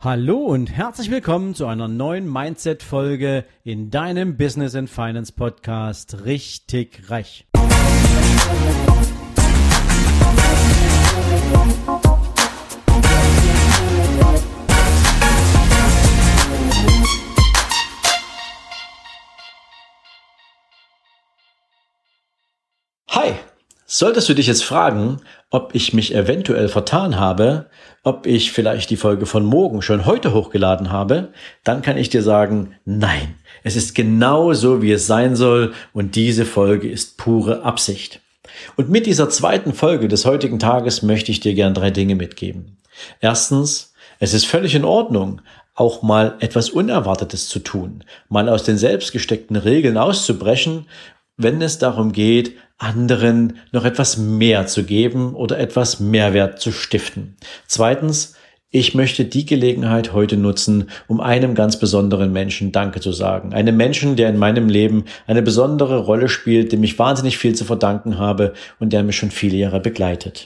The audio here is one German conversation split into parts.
Hallo und herzlich willkommen zu einer neuen Mindset-Folge in deinem Business and Finance Podcast Richtig Reich. Hi! Solltest du dich jetzt fragen, ob ich mich eventuell vertan habe, ob ich vielleicht die Folge von morgen schon heute hochgeladen habe, dann kann ich dir sagen, nein, es ist genau so, wie es sein soll und diese Folge ist pure Absicht. Und mit dieser zweiten Folge des heutigen Tages möchte ich dir gern 3 Dinge mitgeben. Erstens, es ist völlig in Ordnung, auch mal etwas Unerwartetes zu tun, mal aus den selbst gesteckten Regeln auszubrechen, wenn es darum geht, anderen noch etwas mehr zu geben oder etwas Mehrwert zu stiften. Zweitens, ich möchte die Gelegenheit heute nutzen, um einem ganz besonderen Menschen Danke zu sagen. Einem Menschen, der in meinem Leben eine besondere Rolle spielt, dem ich wahnsinnig viel zu verdanken habe und der mich schon viele Jahre begleitet.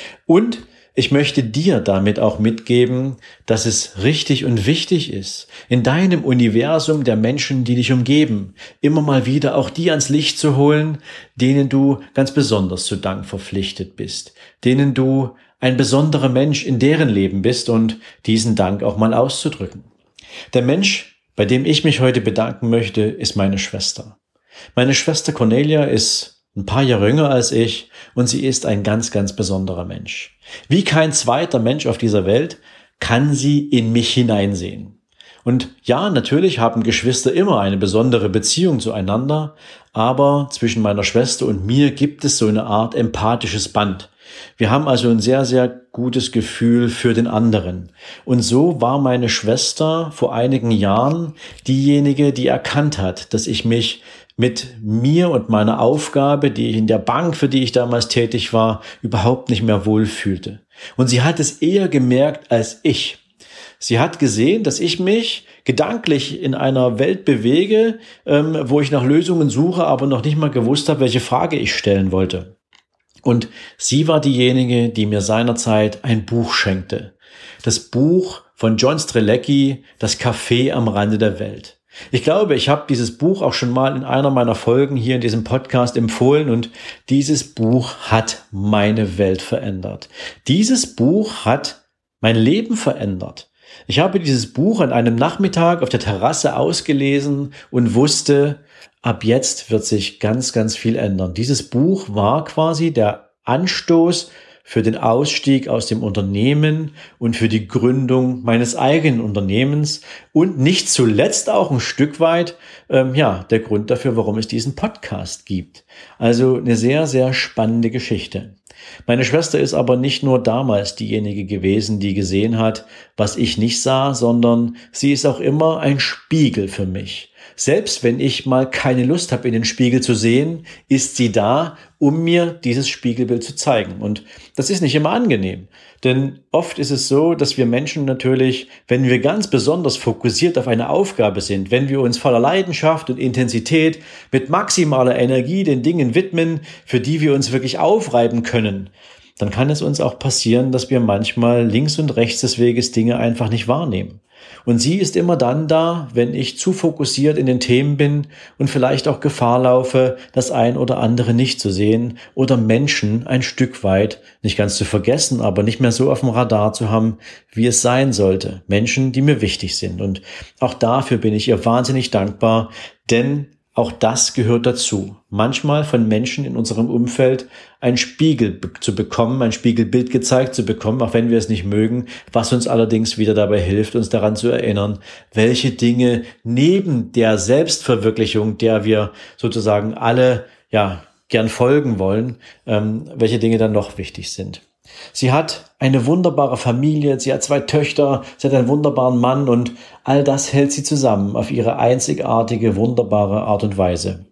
Und ich möchte dir damit auch mitgeben, dass es richtig und wichtig ist, in deinem Universum der Menschen, die dich umgeben, immer mal wieder auch die ans Licht zu holen, denen du ganz besonders zu Dank verpflichtet bist, denen du ein besonderer Mensch in deren Leben bist und diesen Dank auch mal auszudrücken. Der Mensch, bei dem ich mich heute bedanken möchte, ist meine Schwester. Meine Schwester Cornelia ist ein paar Jahre jünger als ich und sie ist ein ganz, ganz besonderer Mensch. Wie kein zweiter Mensch auf dieser Welt kann sie in mich hineinsehen. Und ja, natürlich haben Geschwister immer eine besondere Beziehung zueinander, aber zwischen meiner Schwester und mir gibt es so eine Art empathisches Band. Wir haben also ein sehr, sehr gutes Gefühl für den anderen. Und so war meine Schwester vor einigen Jahren diejenige, die erkannt hat, dass ich mich mit mir und meiner Aufgabe, die ich in der Bank, für die ich damals tätig war, überhaupt nicht mehr wohlfühlte. Und sie hat es eher gemerkt als ich. Sie hat gesehen, dass ich mich gedanklich in einer Welt bewege, wo ich nach Lösungen suche, aber noch nicht mal gewusst habe, welche Frage ich stellen wollte. Und sie war diejenige, die mir seinerzeit ein Buch schenkte. Das Buch von John Strelecki, Das Café am Rande der Welt. Ich glaube, ich habe dieses Buch auch schon mal in einer meiner Folgen hier in diesem Podcast empfohlen und dieses Buch hat meine Welt verändert. Dieses Buch hat mein Leben verändert. Ich habe dieses Buch an einem Nachmittag auf der Terrasse ausgelesen und wusste, ab jetzt wird sich ganz, ganz viel ändern. Dieses Buch war quasi der Anstoß für den Ausstieg aus dem Unternehmen und für die Gründung meines eigenen Unternehmens und nicht zuletzt auch ein Stück weit der Grund dafür, warum es diesen Podcast gibt. Also eine sehr, sehr spannende Geschichte. Meine Schwester ist aber nicht nur damals diejenige gewesen, die gesehen hat, was ich nicht sah, sondern sie ist auch immer ein Spiegel für mich. Selbst wenn ich mal keine Lust habe, in den Spiegel zu sehen, ist sie da, um mir dieses Spiegelbild zu zeigen. Und das ist nicht immer angenehm. Denn oft ist es so, dass wir Menschen natürlich, wenn wir ganz besonders fokussiert auf eine Aufgabe sind, wenn wir uns voller Leidenschaft und Intensität mit maximaler Energie den Dingen widmen, für die wir uns wirklich aufreiben können, dann kann es uns auch passieren, dass wir manchmal links und rechts des Weges Dinge einfach nicht wahrnehmen. Und sie ist immer dann da, wenn ich zu fokussiert in den Themen bin und vielleicht auch Gefahr laufe, das ein oder andere nicht zu sehen oder Menschen ein Stück weit, nicht ganz zu vergessen, aber nicht mehr so auf dem Radar zu haben, wie es sein sollte. Menschen, die mir wichtig sind. Und auch dafür bin ich ihr wahnsinnig dankbar, denn auch das gehört dazu. Manchmal von Menschen in unserem Umfeld ein Spiegel zu bekommen, ein Spiegelbild gezeigt zu bekommen, auch wenn wir es nicht mögen, was uns allerdings wieder dabei hilft, uns daran zu erinnern, welche Dinge neben der Selbstverwirklichung, der wir sozusagen alle gern folgen wollen, welche Dinge dann noch wichtig sind. Sie hat eine wunderbare Familie, sie hat 2 Töchter, sie hat einen wunderbaren Mann und all das hält sie zusammen auf ihre einzigartige, wunderbare Art und Weise.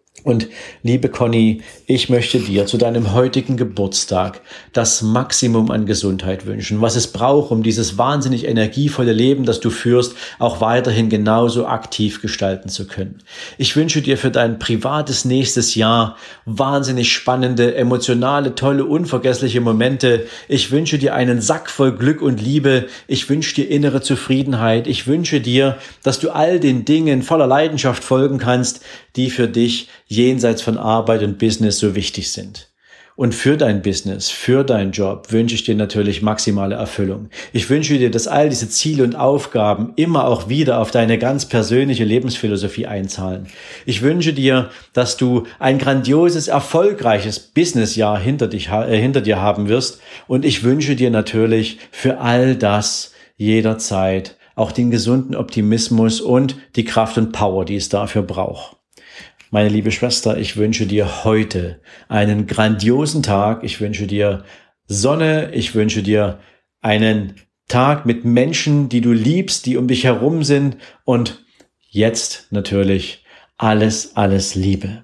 Und liebe Conny, ich möchte dir zu deinem heutigen Geburtstag das Maximum an Gesundheit wünschen, was es braucht, um dieses wahnsinnig energievolle Leben, das du führst, auch weiterhin genauso aktiv gestalten zu können. Ich wünsche dir für dein privates nächstes Jahr wahnsinnig spannende, emotionale, tolle, unvergessliche Momente. Ich wünsche dir einen Sack voll Glück und Liebe. Ich wünsche dir innere Zufriedenheit. Ich wünsche dir, dass du all den Dingen voller Leidenschaft folgen kannst, die für dich jenseits von Arbeit und Business so wichtig sind. Und für dein Business, für deinen Job wünsche ich dir natürlich maximale Erfüllung. Ich wünsche dir, dass all diese Ziele und Aufgaben immer auch wieder auf deine ganz persönliche Lebensphilosophie einzahlen. Ich wünsche dir, dass du ein grandioses, erfolgreiches Businessjahr hinter dir haben wirst. Und ich wünsche dir natürlich für all das jederzeit auch den gesunden Optimismus und die Kraft und Power, die es dafür braucht. Meine liebe Schwester, ich wünsche dir heute einen grandiosen Tag. Ich wünsche dir Sonne. Ich wünsche dir einen Tag mit Menschen, die du liebst, die um dich herum sind. Und jetzt natürlich alles, alles Liebe.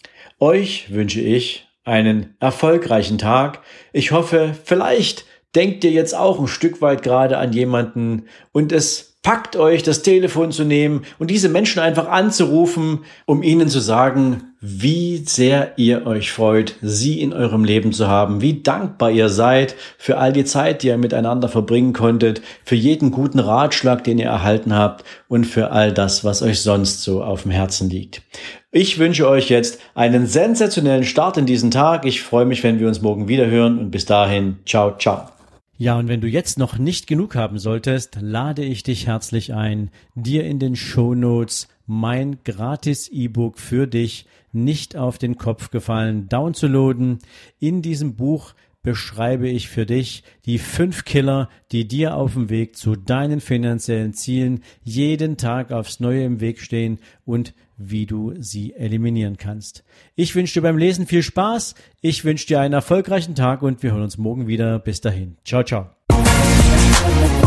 Euch wünsche ich einen erfolgreichen Tag. Ich hoffe, vielleicht denkt ihr jetzt auch ein Stück weit gerade an jemanden und es packt euch, das Telefon zu nehmen und diese Menschen einfach anzurufen, um ihnen zu sagen, wie sehr ihr euch freut, sie in eurem Leben zu haben, wie dankbar ihr seid für all die Zeit, die ihr miteinander verbringen konntet, für jeden guten Ratschlag, den ihr erhalten habt und für all das, was euch sonst so auf dem Herzen liegt. Ich wünsche euch jetzt einen sensationellen Start in diesen Tag. Ich freue mich, wenn wir uns morgen wieder hören und bis dahin, ciao, ciao. Ja, und wenn du jetzt noch nicht genug haben solltest, lade ich dich herzlich ein, dir in den Shownotes mein gratis E-Book für dich nicht auf den Kopf gefallen downzuladen. In diesem Buch beschreibe ich für dich die 5 Killer, die dir auf dem Weg zu deinen finanziellen Zielen jeden Tag aufs Neue im Weg stehen und wie du sie eliminieren kannst. Ich wünsche dir beim Lesen viel Spaß, ich wünsche dir einen erfolgreichen Tag und wir hören uns morgen wieder. Bis dahin. Ciao, ciao.